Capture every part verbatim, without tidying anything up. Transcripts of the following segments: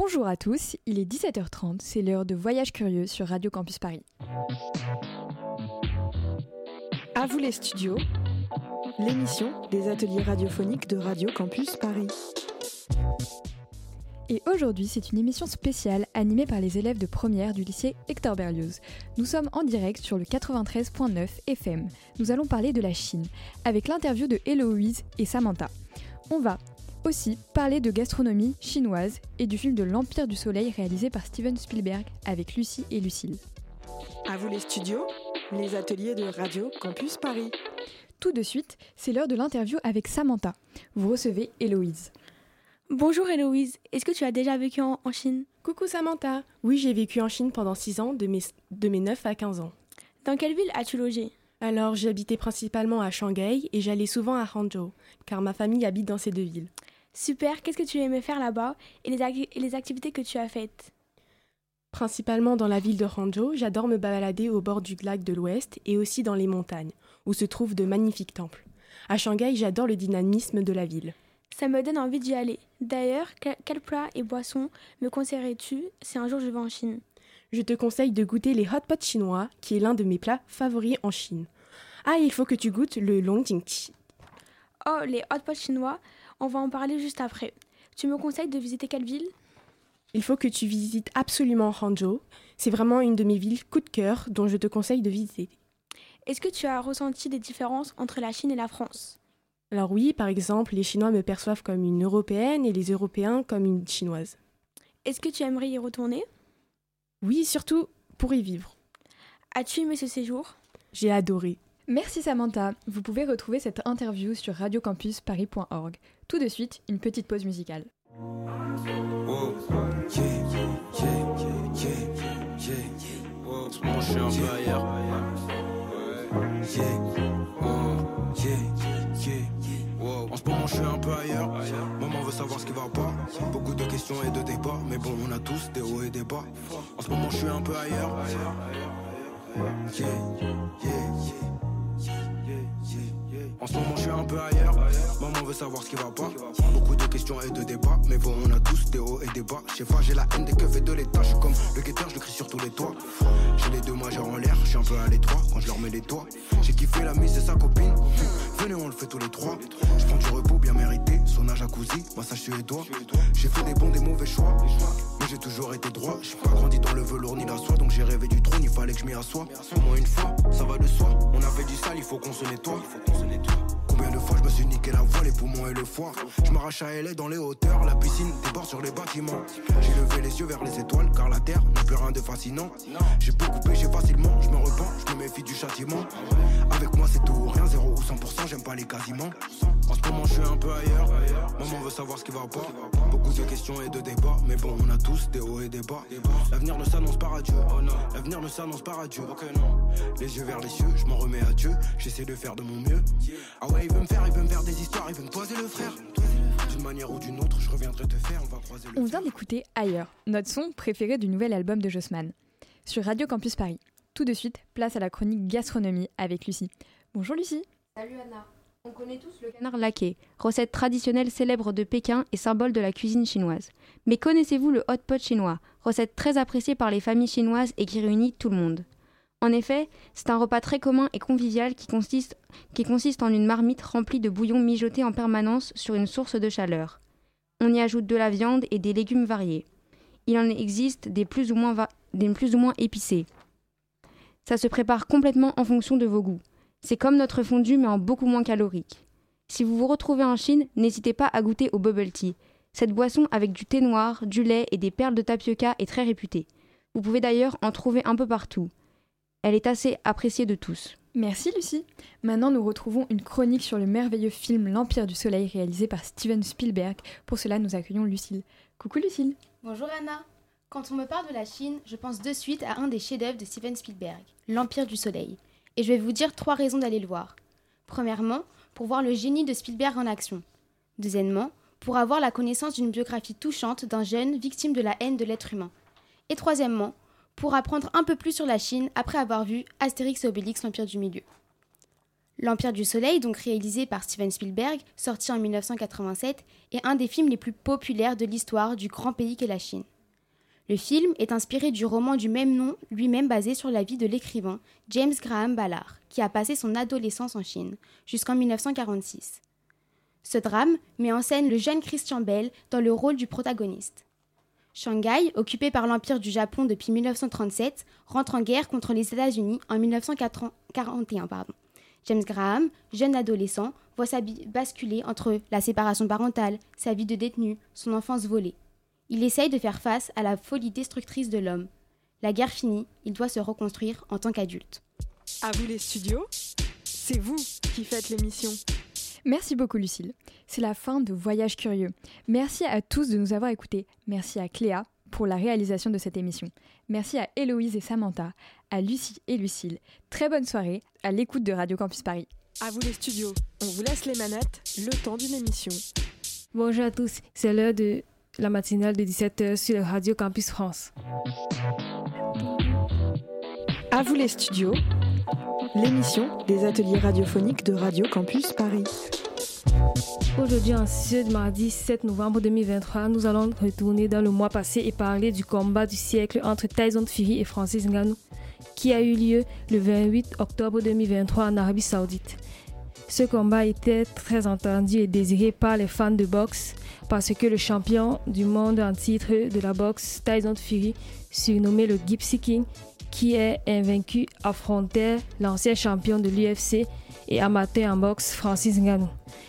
Bonjour à tous, il est dix-sept heures trente, c'est l'heure de Voyage Curieux sur Radio Campus Paris. À vous les studios, l'émission des ateliers radiophoniques de Radio Campus Paris. Et aujourd'hui, c'est une émission spéciale animée par les élèves de première du lycée Hector Berlioz. Nous sommes en direct sur le quatre-vingt-treize virgule neuf F M. Nous allons parler de la Chine, avec l'interview de Héloïse et Samantha. On va aussi parler de gastronomie chinoise et du film de l'Empire du Soleil réalisé par Steven Spielberg avec Lucie et Lucille. À vous les studios, les ateliers de Radio Campus Paris. Tout de suite, c'est l'heure de l'interview avec Samantha. Vous recevez Héloïse. Bonjour Héloïse, est-ce que tu as déjà vécu en, en Chine ? Coucou Samantha, oui j'ai vécu en Chine pendant six ans, de mes, de mes neuf à quinze ans. Dans quelle ville as-tu logé ? Alors j'habitais principalement à Shanghai et j'allais souvent à Hangzhou, car ma famille habite dans ces deux villes. Super, qu'est-ce que tu aimais faire là-bas et les, ag- et les activités que tu as faites ? Principalement dans la ville de Hangzhou, j'adore me balader au bord du lac de l'Ouest et aussi dans les montagnes, où se trouvent de magnifiques temples. À Shanghai, j'adore le dynamisme de la ville. Ça me donne envie d'y aller. D'ailleurs, quel, quel plat et boisson me conseillerais-tu si un jour je vais en Chine ? Je te conseille de goûter les hot pots chinois, qui est l'un de mes plats favoris en Chine. Ah, il faut que tu goûtes le longjingqi. Oh, les hot pots chinois, on va en parler juste après. Tu me conseilles de visiter quelle ville ? Il faut que tu visites absolument Hangzhou. C'est vraiment une de mes villes coup de cœur dont je te conseille de visiter. Est-ce que tu as ressenti des différences entre la Chine et la France ? Alors oui, par exemple, les Chinois me perçoivent comme une Européenne et les Européens comme une Chinoise. Est-ce que tu aimerais y retourner ? Oui, surtout pour y vivre. As-tu aimé ce séjour ? J'ai adoré. Merci Samantha. Vous pouvez retrouver cette interview sur radio campus paris point org. Tout de suite, une petite pause musicale. Wow. Yeah, yeah, yeah, yeah, yeah, yeah. Wow. En ce moment, je suis un peu ailleurs. Yeah, oh, yeah, yeah, yeah. Wow. En ce moment, je suis un peu ailleurs. Maman veut savoir ce qui va pas. Beaucoup de questions et de débats, mais bon, on a tous des hauts et des bas. En ce moment, je suis un peu ailleurs. Yeah, yeah, yeah. En ce moment je suis un peu ailleurs. Maman veut savoir ce qui va pas. Beaucoup de questions et de débats, mais bon on a tous des hauts et des bas. Je sais pas, j'ai la haine des keufs et de l'état. Je suis comme le guetteur, je le crie sur tous les toits. J'ai les deux majeurs en l'air, je suis un peu à l'étroit quand je leur mets les doigts. J'ai kiffé la mise de sa copine. Venez on le fait tous les trois. Je prends du repos bien mérité. Sauna jacuzzi, massage suédois. J'ai fait des bons, des mauvais choix, mais j'ai toujours été droit. J'ai pas grandi dans le velours ni la soie, donc j'ai rêvé du trône, il fallait que je m'y assoie. Au moins une fois, ça va de soi. On a fait du sale, il faut qu'on se nettoie. Combien de fois je me suis niqué la voix, les poumons et le foie. Je m'arrache à L A dans les hauteurs, la piscine déborde sur les bâtiments. J'ai levé les yeux vers les étoiles, car la terre n'a plus rien de fascinant. J'ai beaucoup péché facilement, je me repens, je me méfie du châtiment. Avec moi c'est tout ou rien, zéro ou cent pour cent, j'aime pas les quasiment. En ce moment je suis un peu ailleurs. Maman veut savoir ce qui va pas. Beaucoup de questions et de débats, mais bon on a tous des hauts et des bas. L'avenir ne s'annonce pas radieux. L'avenir ne s'annonce pas radieux. Les yeux vers les cieux, je m'en remets à Dieu. J'essaie de faire de mon mieux. Ah ouais il veut me faire, il veut me faire des histoires, il veut me poser le frère. D'une manière ou d'une autre, je reviendrai te faire, on va croiser le On vient d'écouter Ailleurs, notre son préféré du nouvel album de Jossman, sur Radio Campus Paris. Tout de suite, place à la chronique gastronomie avec Lucie. Bonjour Lucie. Salut Anna. On connaît tous le canard laqué, recette traditionnelle célèbre de Pékin et symbole de la cuisine chinoise. Mais connaissez-vous le hot pot chinois, recette très appréciée par les familles chinoises et qui réunit tout le monde ? En effet, c'est un repas très commun et convivial qui consiste, qui consiste en une marmite remplie de bouillon mijoté en permanence sur une source de chaleur. On y ajoute de la viande et des légumes variés. Il en existe des plus ou moins, va- des plus ou moins épicés. Ça se prépare complètement en fonction de vos goûts. C'est comme notre fondue mais en beaucoup moins calorique. Si vous vous retrouvez en Chine, n'hésitez pas à goûter au bubble tea. Cette boisson avec du thé noir, du lait et des perles de tapioca est très réputée. Vous pouvez d'ailleurs en trouver un peu partout. Elle est assez appréciée de tous. Merci Lucie. Maintenant nous retrouvons une chronique sur le merveilleux film L'Empire du Soleil réalisé par Steven Spielberg. Pour cela nous accueillons Lucille. Coucou Lucille. Bonjour Anna. Quand on me parle de la Chine, je pense de suite à un des chefs-d'œuvre de Steven Spielberg, L'Empire du Soleil. Et je vais vous dire trois raisons d'aller le voir. Premièrement, pour voir le génie de Spielberg en action. Deuxièmement, pour avoir la connaissance d'une biographie touchante d'un jeune victime de la haine de l'être humain. Et troisièmement, pour apprendre un peu plus sur la Chine après avoir vu Astérix et Obélix, l'Empire du Milieu. L'Empire du Soleil, donc réalisé par Steven Spielberg, sorti en mille neuf cent quatre-vingt-sept, est un des films les plus populaires de l'histoire du grand pays qu'est la Chine. Le film est inspiré du roman du même nom, lui-même basé sur la vie de l'écrivain James Graham Ballard, qui a passé son adolescence en Chine, jusqu'en mille neuf cent quarante-six. Ce drame met en scène le jeune Christian Bale dans le rôle du protagoniste. Shanghai, occupé par l'Empire du Japon depuis mille neuf cent trente-sept, rentre en guerre contre les États-Unis en mille neuf cent quarante et un. Pardon. James Graham, jeune adolescent, voit sa vie basculer entre la séparation parentale, sa vie de détenu, son enfance volée. Il essaye de faire face à la folie destructrice de l'homme. La guerre finie, il doit se reconstruire en tant qu'adulte. À vous les studios, c'est vous qui faites l'émission. Merci beaucoup Lucille. C'est la fin de Voyage Curieux. Merci à tous de nous avoir écoutés. Merci à Cléa pour la réalisation de cette émission. Merci à Héloïse et Samantha, à Lucie et Lucille. Très bonne soirée à l'écoute de Radio Campus Paris. À vous les studios, on vous laisse les manettes, le temps d'une émission. Bonjour à tous, c'est l'heure de la matinale de dix-sept heures sur le Radio Campus France. À vous les studios, l'émission des ateliers radiophoniques de Radio Campus Paris. Aujourd'hui, en ce mardi sept novembre deux mille vingt-trois, nous allons retourner dans le mois passé et parler du combat du siècle entre Tyson Fury et Francis Ngannou, qui a eu lieu le vingt-huit octobre deux mille vingt-trois en Arabie Saoudite. Ce combat était très attendu et désiré par les fans de boxe parce que le champion du monde en titre de la boxe, Tyson Fury, surnommé le Gypsy King, qui est invaincu, affrontait l'ancien champion de l'U F C et amateur en boxe, Francis Ngannou,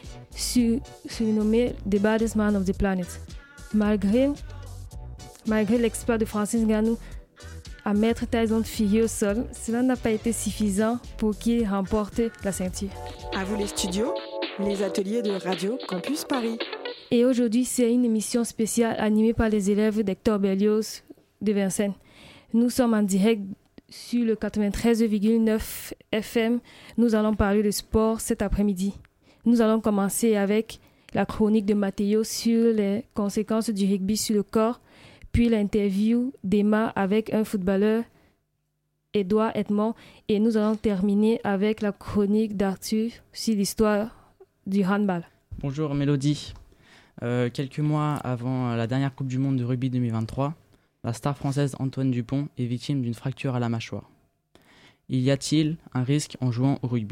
surnommé The Baddest Man of the Planet. Malgré, malgré l'exploit de Francis Ngannou à mettre Tyson Fury au sol, cela n'a pas été suffisant pour qu'il remporte la ceinture. À vous les studios, les ateliers de Radio Campus Paris. Et aujourd'hui, c'est une émission spéciale animée par les élèves d'Hector Berlioz de Vincennes. Nous sommes en direct sur le quatre-vingt-treize virgule neuf F M. Nous allons parler de sport cet après-midi. Nous allons commencer avec la chronique de Mathéo sur les conséquences du rugby sur le corps, puis l'interview d'Emma avec un footballeur, Edouard Edmond, et nous allons terminer avec la chronique d'Arthur sur l'histoire du handball. Bonjour Mélodie. Euh, quelques mois avant la dernière Coupe du Monde de rugby deux mille vingt-trois, la star française Antoine Dupont est victime d'une fracture à la mâchoire. Y a-t-il un risque en jouant au rugby ?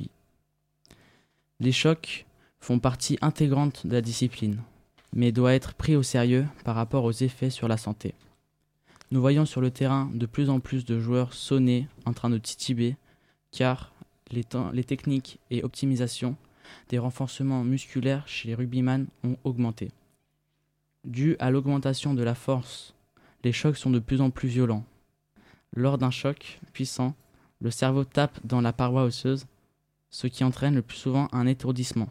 Les chocs font partie intégrante de la discipline, mais doivent être pris au sérieux par rapport aux effets sur la santé. Nous voyons sur le terrain de plus en plus de joueurs sonnés en train de tituber, car les, temps, les techniques et optimisations des renforcements musculaires chez les rugbyman ont augmenté. Dû à l'augmentation de la force, les chocs sont de plus en plus violents. Lors d'un choc puissant, le cerveau tape dans la paroi osseuse, ce qui entraîne le plus souvent un étourdissement.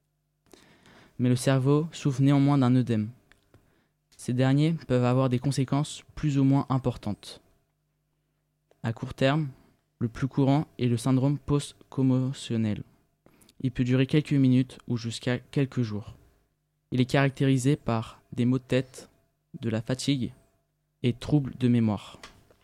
Mais le cerveau souffre néanmoins d'un œdème. Ces derniers peuvent avoir des conséquences plus ou moins importantes. À court terme, le plus courant est le syndrome post-commotionnel. Il peut durer quelques minutes ou jusqu'à quelques jours. Il est caractérisé par des maux de tête, de la fatigue et troubles de mémoire.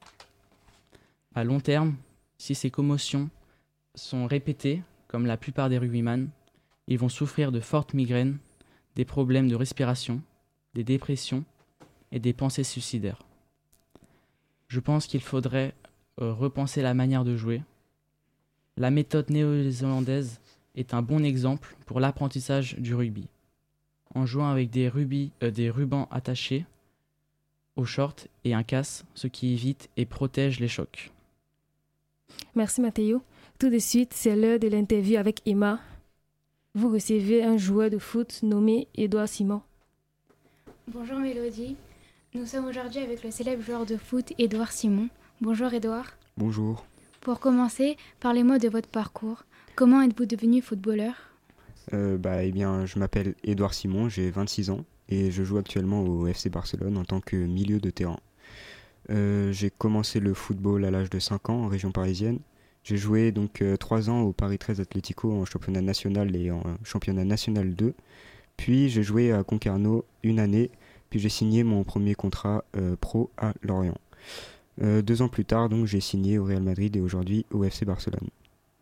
À long terme, si ces commotions sont répétées, comme la plupart des rugbyman, ils vont souffrir de fortes migraines, des problèmes de respiration, des dépressions et des pensées suicidaires. Je pense qu'il faudrait euh, repenser la manière de jouer. La méthode néo-zélandaise est un bon exemple pour l'apprentissage du rugby. En jouant avec des, rubis, euh, des rubans attachés aux shorts et un casse, ce qui évite et protège les chocs. Merci Mathéo. Tout de suite, c'est l'heure de l'interview avec Emma. Vous recevez un joueur de foot nommé Edouard Simon. Bonjour Mélodie. Nous sommes aujourd'hui avec le célèbre joueur de foot Edouard Simon. Bonjour Edouard. Bonjour. Pour commencer, parlez-moi de votre parcours. Comment êtes-vous devenu footballeur ? euh, bah, eh bien, je m'appelle Edouard Simon, j'ai vingt-six ans et je joue actuellement au F C Barcelone en tant que milieu de terrain. Euh, j'ai commencé le football à l'âge de cinq ans en région parisienne. J'ai joué donc euh, trois ans au Paris treize Atlético en championnat national et en championnat national deux. Puis j'ai joué à Concarneau une année, puis j'ai signé mon premier contrat euh, pro à Lorient. Euh, deux ans plus tard, donc, j'ai signé au Real Madrid et aujourd'hui au F C Barcelone.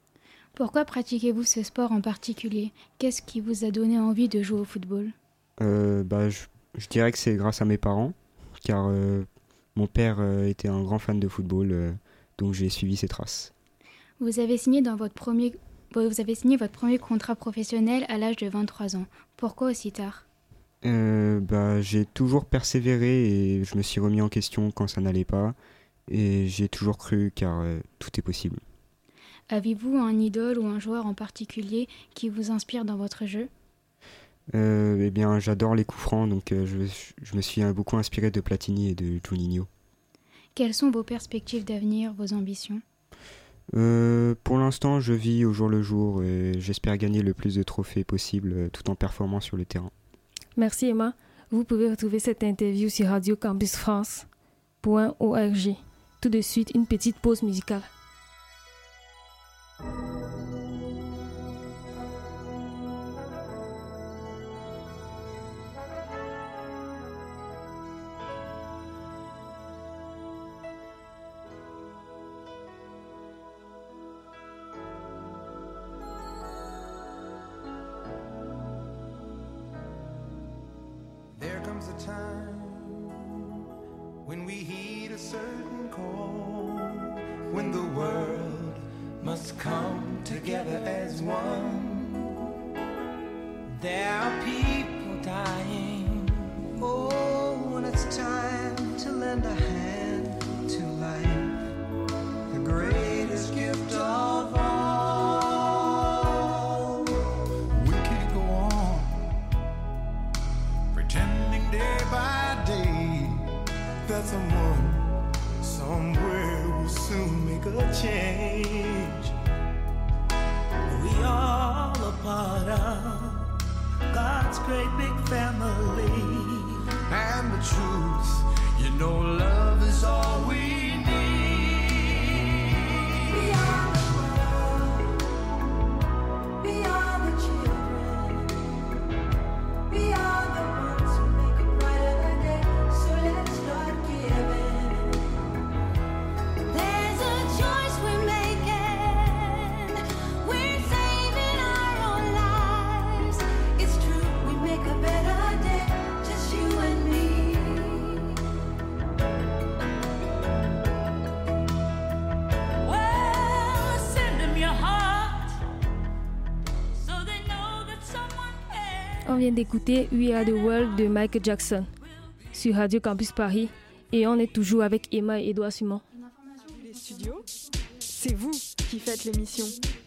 Pourquoi pratiquez-vous ce sport en particulier? Qu'est-ce qui vous a donné envie de jouer au football? euh, bah, je, je dirais que c'est grâce à mes parents, car euh, mon père euh, était un grand fan de football, euh, donc j'ai suivi ses traces. Vous avez signé dans votre premier vous avez signé votre premier contrat professionnel à l'âge de vingt-trois ans. Pourquoi aussi tard? Euh, bah, j'ai toujours persévéré et je me suis remis en question quand ça n'allait pas. Et j'ai toujours cru car euh, tout est possible. Avez-vous un idole ou un joueur en particulier qui vous inspire dans votre jeu? euh, Eh bien, j'adore les coups francs, donc euh, je, je me suis beaucoup inspiré de Platini et de Juninho. Quelles sont vos perspectives d'avenir, vos ambitions? euh, Pour l'instant, je vis au jour le jour et j'espère gagner le plus de trophées possible euh, tout en performant sur le terrain. Merci Emma. Vous pouvez retrouver cette interview sur radio campus france point org. Tout de suite, une petite pause musicale. There comes a time when we heed a certain call, when the world must come together as one. There are people dying. Oh, when it's time to lend a hand to life, the greatest gift of all. We can't go on pretending day by day that someone somewhere will soon make a change. We all a part of God's great big family. And the truth, you know, love is all we need. We are the world, we are the children, we are the ones who make a brighter day. So let's start giving. There's a choice we're making. We're saving our own lives. It's true, we make a better day, just you and me. Well, send them your heart so they know that someone cares. On vient d'écouter We Are the World de Michael Jackson sur Radio Campus Paris et on est toujours avec Emma et Edouard Simon. Les studios, c'est vous qui faites l'émission.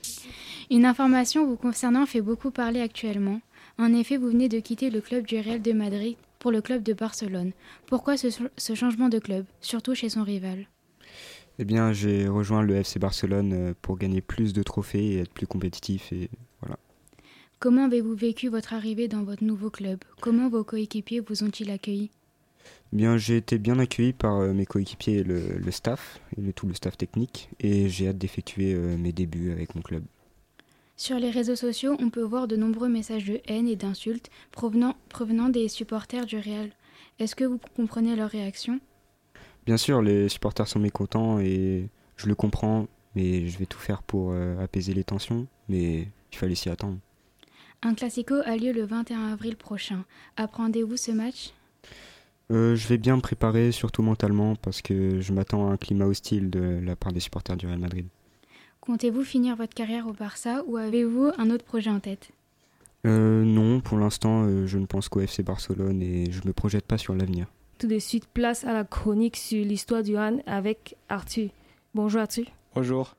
Une information vous concernant fait beaucoup parler actuellement. En effet, vous venez de quitter le club du Real de Madrid pour le club de Barcelone. Pourquoi ce, ce changement de club, surtout chez son rival? Eh bien, j'ai rejoint le F C Barcelone euh, pour gagner plus de trophées et être plus compétitif et voilà. Comment avez-vous vécu votre arrivée dans votre nouveau club? Comment vos coéquipiers vous ont-ils accueilli? Eh bien, j'ai été bien accueilli par euh, mes coéquipiers et le, le staff, et le, tout le staff technique, et j'ai hâte d'effectuer euh, mes débuts avec mon club. Sur les réseaux sociaux, on peut voir de nombreux messages de haine et d'insultes provenant, provenant des supporters du Real. Est-ce que vous comprenez leur réaction? Bien sûr, les supporters sont mécontents et je le comprends, mais je vais tout faire pour euh, apaiser les tensions, mais il fallait s'y attendre. Un classico a lieu le vingt et un avril prochain. Appréhendez-vous ce match? Euh, je vais bien me préparer, surtout mentalement, parce que je m'attends à un climat hostile de la part des supporters du Real Madrid. Comptez-vous finir votre carrière au Barça ou avez-vous un autre projet en tête? euh, Non, pour l'instant, euh, je ne pense qu'au F C Barcelone et je ne me projette pas sur l'avenir. Tout de suite, place à la chronique sur l'histoire du hand avec Arthur. Bonjour Arthur. Bonjour.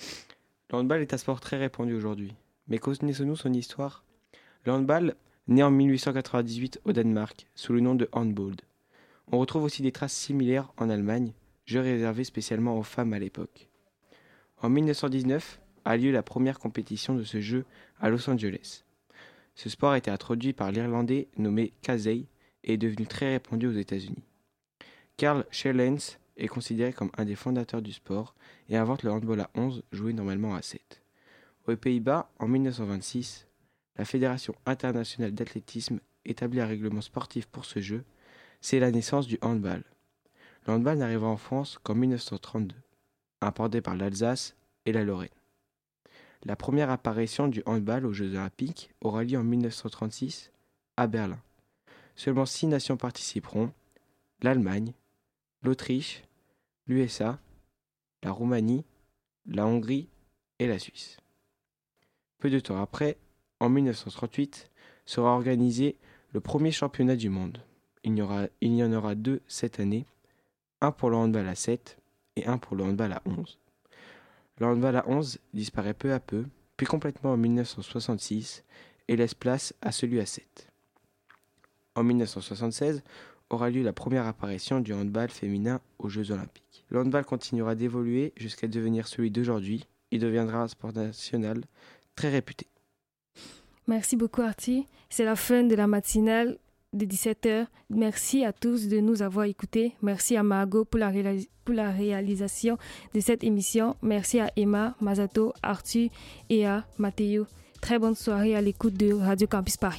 Le handball est un sport très répandu aujourd'hui. Mais connaissons-nous son histoire? Le handball naît en mille huit cent quatre-vingt-dix-huit au Danemark, sous le nom de handball. On retrouve aussi des traces similaires en Allemagne, jeu réservé spécialement aux femmes à l'époque. En mille neuf cent dix-neuf a lieu la première compétition de ce jeu à Los Angeles. Ce sport a été introduit par l'Irlandais nommé Casey et est devenu très répandu aux États-Unis. Karl Schellens est considéré comme un des fondateurs du sport et invente le handball à onze, joué normalement à sept. Aux Pays-Bas, en mille neuf cent vingt-six, la Fédération internationale d'athlétisme établit un règlement sportif pour ce jeu. C'est la naissance du handball. Le handball n'arriva en France qu'en mille neuf cent trente-deux, importé par l'Alsace et la Lorraine. La première apparition du handball aux Jeux Olympiques aura lieu en mille neuf cent trente-six à Berlin. Seulement six nations participeront, l'Allemagne, l'Autriche, l'U S A, la Roumanie, la Hongrie et la Suisse. Peu de temps après, en mille neuf cent trente-huit, sera organisé le premier championnat du monde. Il y, aura, il y en aura deux cette année, un pour le handball à sept et un pour le handball à onze. Le handball à onze disparaît peu à peu, puis complètement en mille neuf cent soixante-six et laisse place à celui à sept. En mille neuf cent soixante-seize aura lieu la première apparition du handball féminin aux Jeux Olympiques. Le handball continuera d'évoluer jusqu'à devenir celui d'aujourd'hui. Il deviendra un sport national très réputé. Merci beaucoup Artie. C'est la fin de la matinale de dix-sept heures. Merci à tous de nous avoir écoutés. Merci à Margot pour la, réalis- pour la réalisation de cette émission. Merci à Emma, Masato, Arthur et à Mathéo. Très bonne soirée à l'écoute de Radio Campus Paris.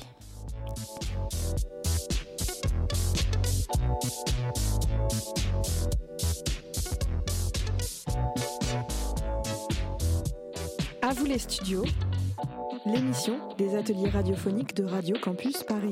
À vous les studios, l'émission des ateliers radiophoniques de Radio Campus Paris.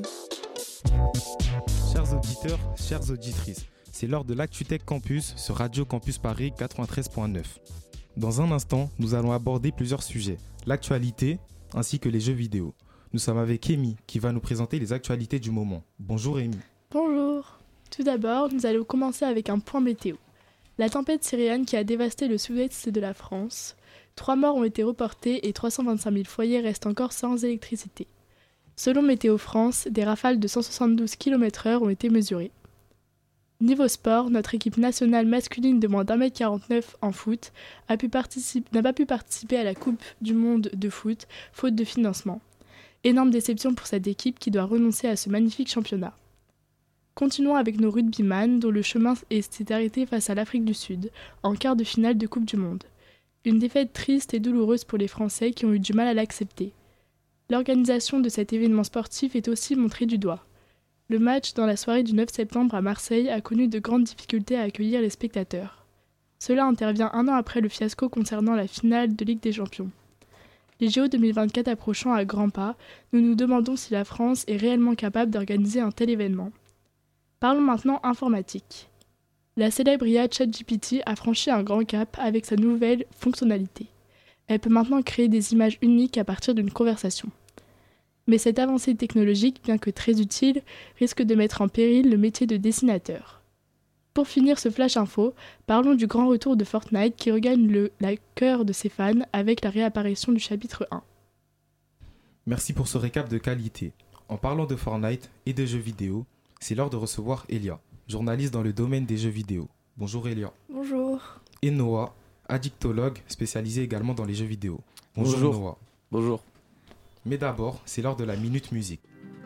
Chers auditeurs, chères auditrices, c'est l'heure de l'ActuTech Campus sur Radio Campus Paris quatre-vingt-treize point neuf. Dans un instant, nous allons aborder plusieurs sujets, l'actualité ainsi que les jeux vidéo. Nous sommes avec Amy qui va nous présenter les actualités du moment. Bonjour Amy. Bonjour. Tout d'abord, nous allons commencer avec un point météo. La tempête syrienne qui a dévasté le sud-est de la France. Trois morts ont été reportés et trois cent vingt-cinq mille foyers restent encore sans électricité. Selon Météo France, des rafales de cent soixante-douze kilomètres heure ont été mesurées. Niveau sport, notre équipe nationale masculine de moins d'un mètre quarante-neuf en foot a pu participe, n'a pas pu participer à la Coupe du monde de foot, faute de financement. Énorme déception pour cette équipe qui doit renoncer à ce magnifique championnat. Continuons avec nos rugbyman dont le chemin s'est arrêté face à l'Afrique du Sud, en quart de finale de Coupe du monde. Une défaite triste et douloureuse pour les Français qui ont eu du mal à l'accepter. L'organisation de cet événement sportif est aussi montrée du doigt. Le match dans la soirée du neuf septembre à Marseille a connu de grandes difficultés à accueillir les spectateurs. Cela intervient un an après le fiasco concernant la finale de Ligue des Champions. Les J O deux mille vingt-quatre approchant à grands pas, nous nous demandons si la France est réellement capable d'organiser un tel événement. Parlons maintenant informatique. La célèbre I A ChatGPT a franchi un grand cap avec sa nouvelle fonctionnalité. Elle peut maintenant créer des images uniques à partir d'une conversation. Mais cette avancée technologique, bien que très utile, risque de mettre en péril le métier de dessinateur. Pour finir ce flash info, parlons du grand retour de Fortnite qui regagne le la cœur de ses fans avec la réapparition du chapitre un. Merci pour ce récap de qualité. En parlant de Fortnite et de jeux vidéo, c'est l'heure de recevoir Elia, journaliste dans le domaine des jeux vidéo. Bonjour Elia. Bonjour. Et Noah, addictologue spécialisé également dans les jeux vidéo. Bonjour, Bonjour. Noah. Bonjour. Mais d'abord, c'est l'heure de la Minute Musique.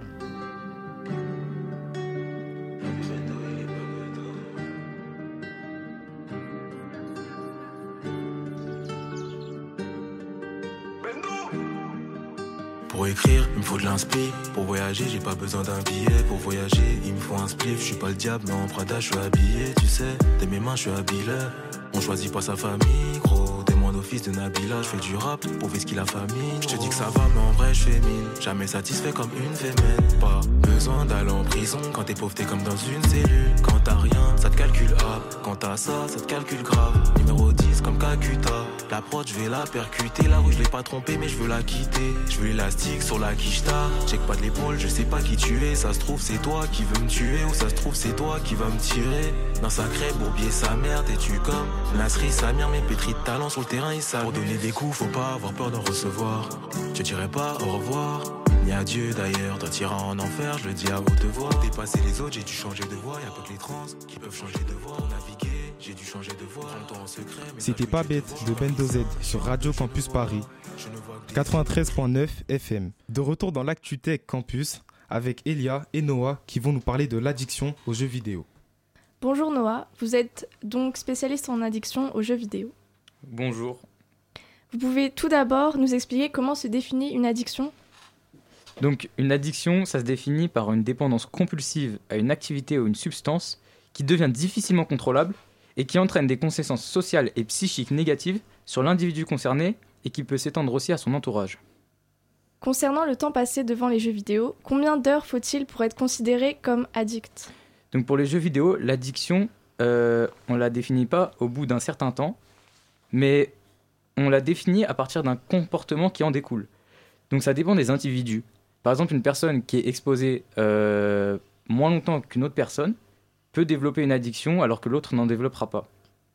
Pour écrire, il me faut de l'inspi. Pour voyager, j'ai pas besoin d'un billet. Pour voyager, il me faut un spliff. Je suis pas le diable, mais en Prada, je suis habillé. Tu sais, de mes mains, je suis habillé. On choisit pas sa famille, gros. Demande au fils de Nabila. Je fais du rap, pour ce qu'il a famille. Je te dis que ça va, mais en vrai, je fais mine. Jamais satisfait comme une fémène. Pas besoin d'aller en prison. Quand t'es pauvre, t'es comme dans une cellule. Quand t'as rien, ça te calcule up. Quand t'as ça, ça te calcule grave. Numéro dix comme Kakuta. La prod, je vais la percuter. La rue, je l'ai pas trompée, mais je veux la quitter. Je veux l'élastique sur la quicheta. Check pas de l'épaule, je sais pas qui tu es. Ça se trouve, c'est toi qui veux me tuer. Ou ça se trouve, c'est toi qui va me tirer. Dans sacré bourbier, sa mère, t'es-tu comme Nasri, Samir, mais pétri de talent sur le terrain, il savent. Pour donner des coups, faut pas avoir peur d'en recevoir. Je dirais pas au revoir, ni adieu d'ailleurs. Toi t'iras en enfer, je le dis à haute voix. Pour dépasser les autres, j'ai dû changer de voix. Y'a pas que les trans qui peuvent changer de voix. Pour naviguer, j'ai dû changer de voix. Prends-toi en secret. C'était Pas Bête de Bendo Z sur Radio Campus Paris quatre-vingt-treize point neuf F M. De retour dans l'ActuTech Campus avec Elia et Noah qui vont nous parler de l'addiction aux jeux vidéo. Bonjour Noah, vous êtes donc spécialiste en addiction aux jeux vidéo. Bonjour. Vous pouvez tout d'abord nous expliquer comment se définit une addiction ? Donc, une addiction, ça se définit par une dépendance compulsive à une activité ou une substance qui devient difficilement contrôlable et qui entraîne des conséquences sociales et psychiques négatives sur l'individu concerné et qui peut s'étendre aussi à son entourage. Concernant le temps passé devant les jeux vidéo, combien d'heures faut-il pour être considéré comme addict ? Donc pour les jeux vidéo, l'addiction, euh, on ne la définit pas au bout d'un certain temps, mais on la définit à partir d'un comportement qui en découle. Donc ça dépend des individus. Par exemple, une personne qui est exposée euh, moins longtemps qu'une autre personne peut développer une addiction alors que l'autre n'en développera pas.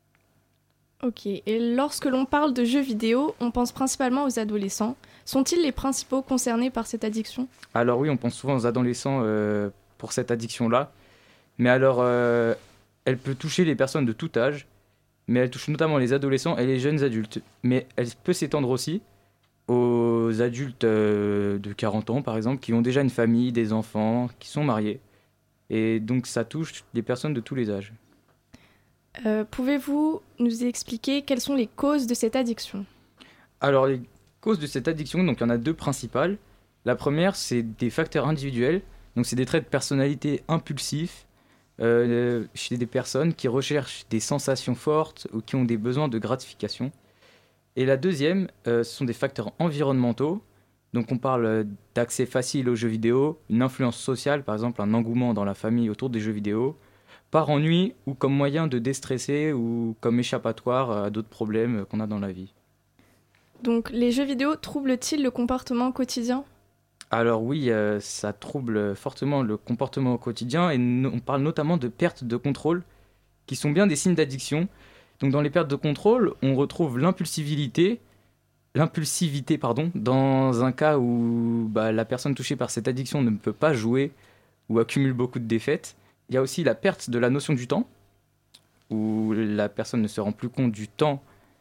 Ok, et lorsque l'on parle de jeux vidéo, on pense principalement aux adolescents. Sont-ils les principaux concernés par cette addiction ? Alors oui, on pense souvent aux adolescents euh, pour cette addiction-là. Mais alors, euh, elle peut toucher les personnes de tout âge, mais elle touche notamment les adolescents et les jeunes adultes. Mais elle peut s'étendre aussi aux adultes euh, de quarante ans, par exemple, qui ont déjà une famille, des enfants, qui sont mariés. Et donc ça touche les personnes de tous les âges. Euh, pouvez-vous nous expliquer quelles sont les causes de cette addiction ? Alors, les causes de cette addiction, donc il y en a deux principales. La première, c'est des facteurs individuels. Donc, c'est des traits de personnalité impulsifs euh, chez des personnes qui recherchent des sensations fortes ou qui ont des besoins de gratification. Et la deuxième, euh, ce sont des facteurs environnementaux. Donc, on parle d'accès facile aux jeux vidéo, une influence sociale, par exemple un engouement dans la famille autour des jeux vidéo, par ennui ou comme moyen de déstresser ou comme échappatoire à d'autres problèmes qu'on a dans la vie. Donc, les jeux vidéo troublent-ils le comportement quotidien ? Alors oui, euh, ça trouble fortement le comportement au quotidien et no- on parle notamment de pertes de contrôle qui sont bien des signes d'addiction. Donc dans les pertes de contrôle, on retrouve l'impulsivité, l'impulsivité pardon, dans un cas où bah, la personne touchée par cette addiction ne peut pas jouer ou accumule beaucoup de défaites. Il y a aussi la perte de la notion du temps, où la personne ne se rend plus compte du temps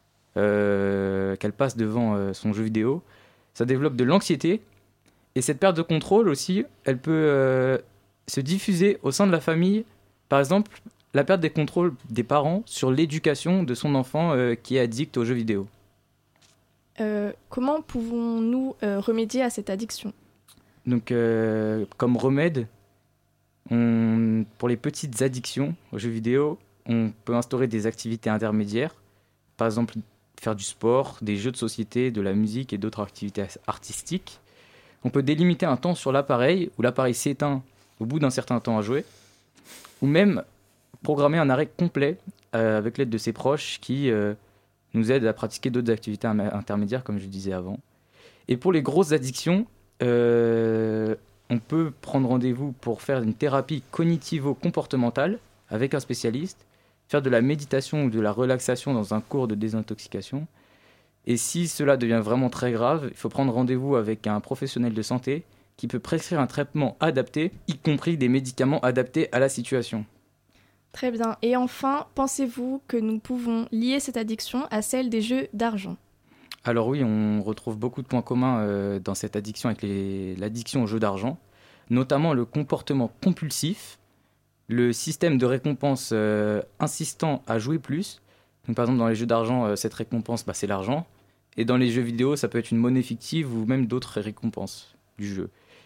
euh, qu'elle passe devant euh, son jeu vidéo. Ça développe de l'anxiété. Et cette perte de contrôle aussi, elle peut euh, se diffuser au sein de la famille. Par exemple, la perte des contrôles des parents sur l'éducation de son enfant euh, qui est addict aux jeux vidéo. Euh, comment pouvons-nous euh, remédier à cette addiction ? Donc, euh, comme remède, on, pour les petites addictions aux jeux vidéo, on peut instaurer des activités intermédiaires. Par exemple, faire du sport, des jeux de société, de la musique et d'autres activités artistiques. On peut délimiter un temps sur l'appareil, où l'appareil s'éteint au bout d'un certain temps à jouer, ou même programmer un arrêt complet euh, avec l'aide de ses proches qui euh, nous aident à pratiquer d'autres activités intermédiaires, comme je disais avant. Et pour les grosses addictions, euh, on peut prendre rendez-vous pour faire une thérapie cognitivo-comportementale avec un spécialiste, faire de la méditation ou de la relaxation dans un cours de désintoxication. Et si cela devient vraiment très grave, il faut prendre rendez-vous avec un professionnel de santé qui peut prescrire un traitement adapté, y compris des médicaments adaptés à la situation. Très bien. Et enfin, pensez-vous que nous pouvons lier cette addiction à celle des jeux d'argent ? Alors oui, on retrouve beaucoup de points communs euh, dans cette addiction avec les, l'addiction aux jeux d'argent, notamment le comportement compulsif, le système de récompense euh, insistant à jouer plus. Donc, par exemple, dans les jeux d'argent, euh, cette récompense, bah, c'est l'argent. Et dans les jeux vidéo, ça peut être une monnaie fictive ou même d'autres récompenses du jeu.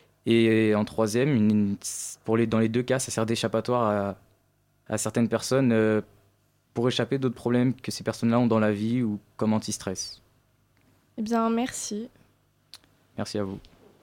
Et en troisième, une, pour les, dans les deux cas, ça sert d'échappatoire à, à certaines personnes euh, pour échapper d'autres problèmes que ces personnes-là ont dans la vie ou comme anti-stress. Eh bien, merci. Merci à vous.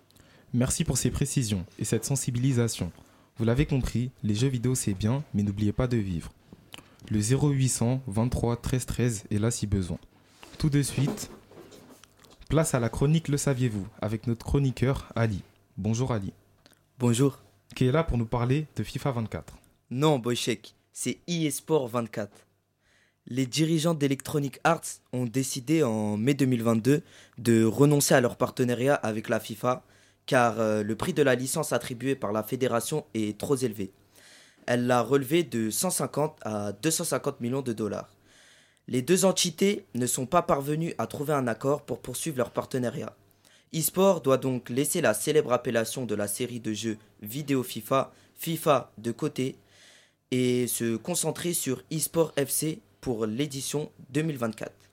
Merci pour ces précisions et cette sensibilisation. Vous l'avez compris, les jeux vidéo c'est bien, mais n'oubliez pas de vivre. Le zéro huit cents vingt-trois treize treize est là si besoin. Tout de suite, place à la chronique Le Saviez-vous avec notre chroniqueur Ali. Bonjour Ali. Bonjour. Qui est là pour nous parler de FIFA vingt-quatre. Non, Boychek, c'est eSport vingt-quatre. Les dirigeants d'Electronic Arts ont décidé en mai deux mille vingt-deux de renoncer à leur partenariat avec la FIFA car euh, le prix de la licence attribuée par la fédération est trop élevé. Elle l'a relevé de cent cinquante à deux cent cinquante millions de dollars. Les deux entités ne sont pas parvenues à trouver un accord pour poursuivre leur partenariat. eSport doit donc laisser la célèbre appellation de la série de jeux vidéo FIFA, FIFA de côté, et se concentrer sur eSport F C pour l'édition deux mille vingt-quatre.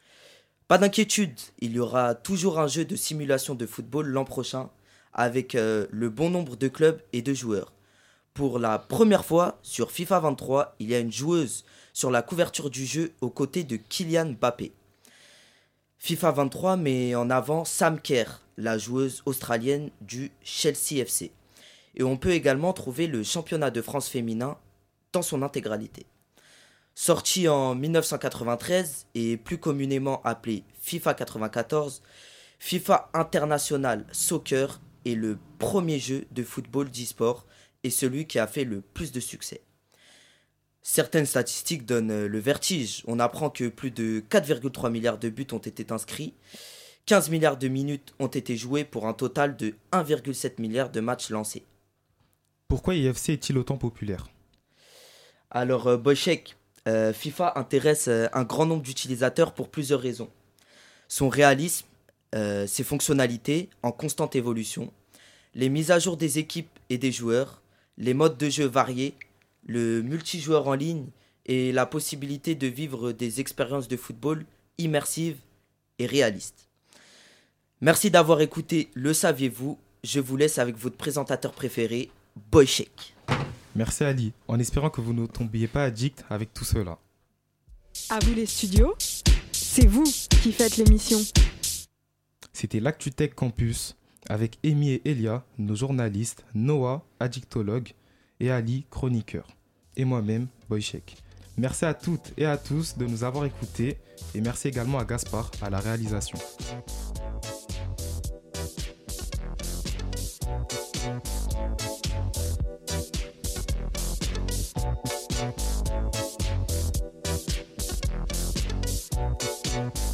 Pas d'inquiétude, il y aura toujours un jeu de simulation de football l'an prochain, avec euh, le bon nombre de clubs et de joueurs. Pour la première fois, sur FIFA vingt-trois, il y a une joueuse sur la couverture du jeu aux côtés de Kylian Mbappé. FIFA vingt-trois met en avant Sam Kerr, la joueuse australienne du Chelsea F C. Et on peut également trouver le championnat de France féminin dans son intégralité. Sorti en dix-neuf cent quatre-vingt-treize et plus communément appelé FIFA quatre-vingt-quatorze, FIFA International Soccer est le premier jeu de football d'e-sport et celui qui a fait le plus de succès. Certaines statistiques donnent le vertige. On apprend que plus de quatre virgule trois milliards de buts ont été inscrits, quinze milliards de minutes ont été jouées pour un total de un virgule sept milliard de matchs lancés. Pourquoi I F C est-il autant populaire ? Alors, euh, Boychek, euh, FIFA intéresse euh, un grand nombre d'utilisateurs pour plusieurs raisons. Son réalisme, euh, ses fonctionnalités en constante évolution, les mises à jour des équipes et des joueurs, les modes de jeu variés, le multijoueur en ligne et la possibilité de vivre des expériences de football immersives et réalistes. Merci d'avoir écouté Le Saviez-vous ? Je vous laisse avec votre présentateur préféré, Boychek. Merci Ali, en espérant que vous ne tombiez pas addict avec tout cela. À vous les studios, c'est vous qui faites l'émission. C'était l'ActuTech Campus avec Amy et Elia, nos journalistes, Noah, addictologue, et Ali, chroniqueur, et moi-même, Boychek. Merci à toutes et à tous de nous avoir écoutés, et merci également à Gaspard à la réalisation. We'll be right back.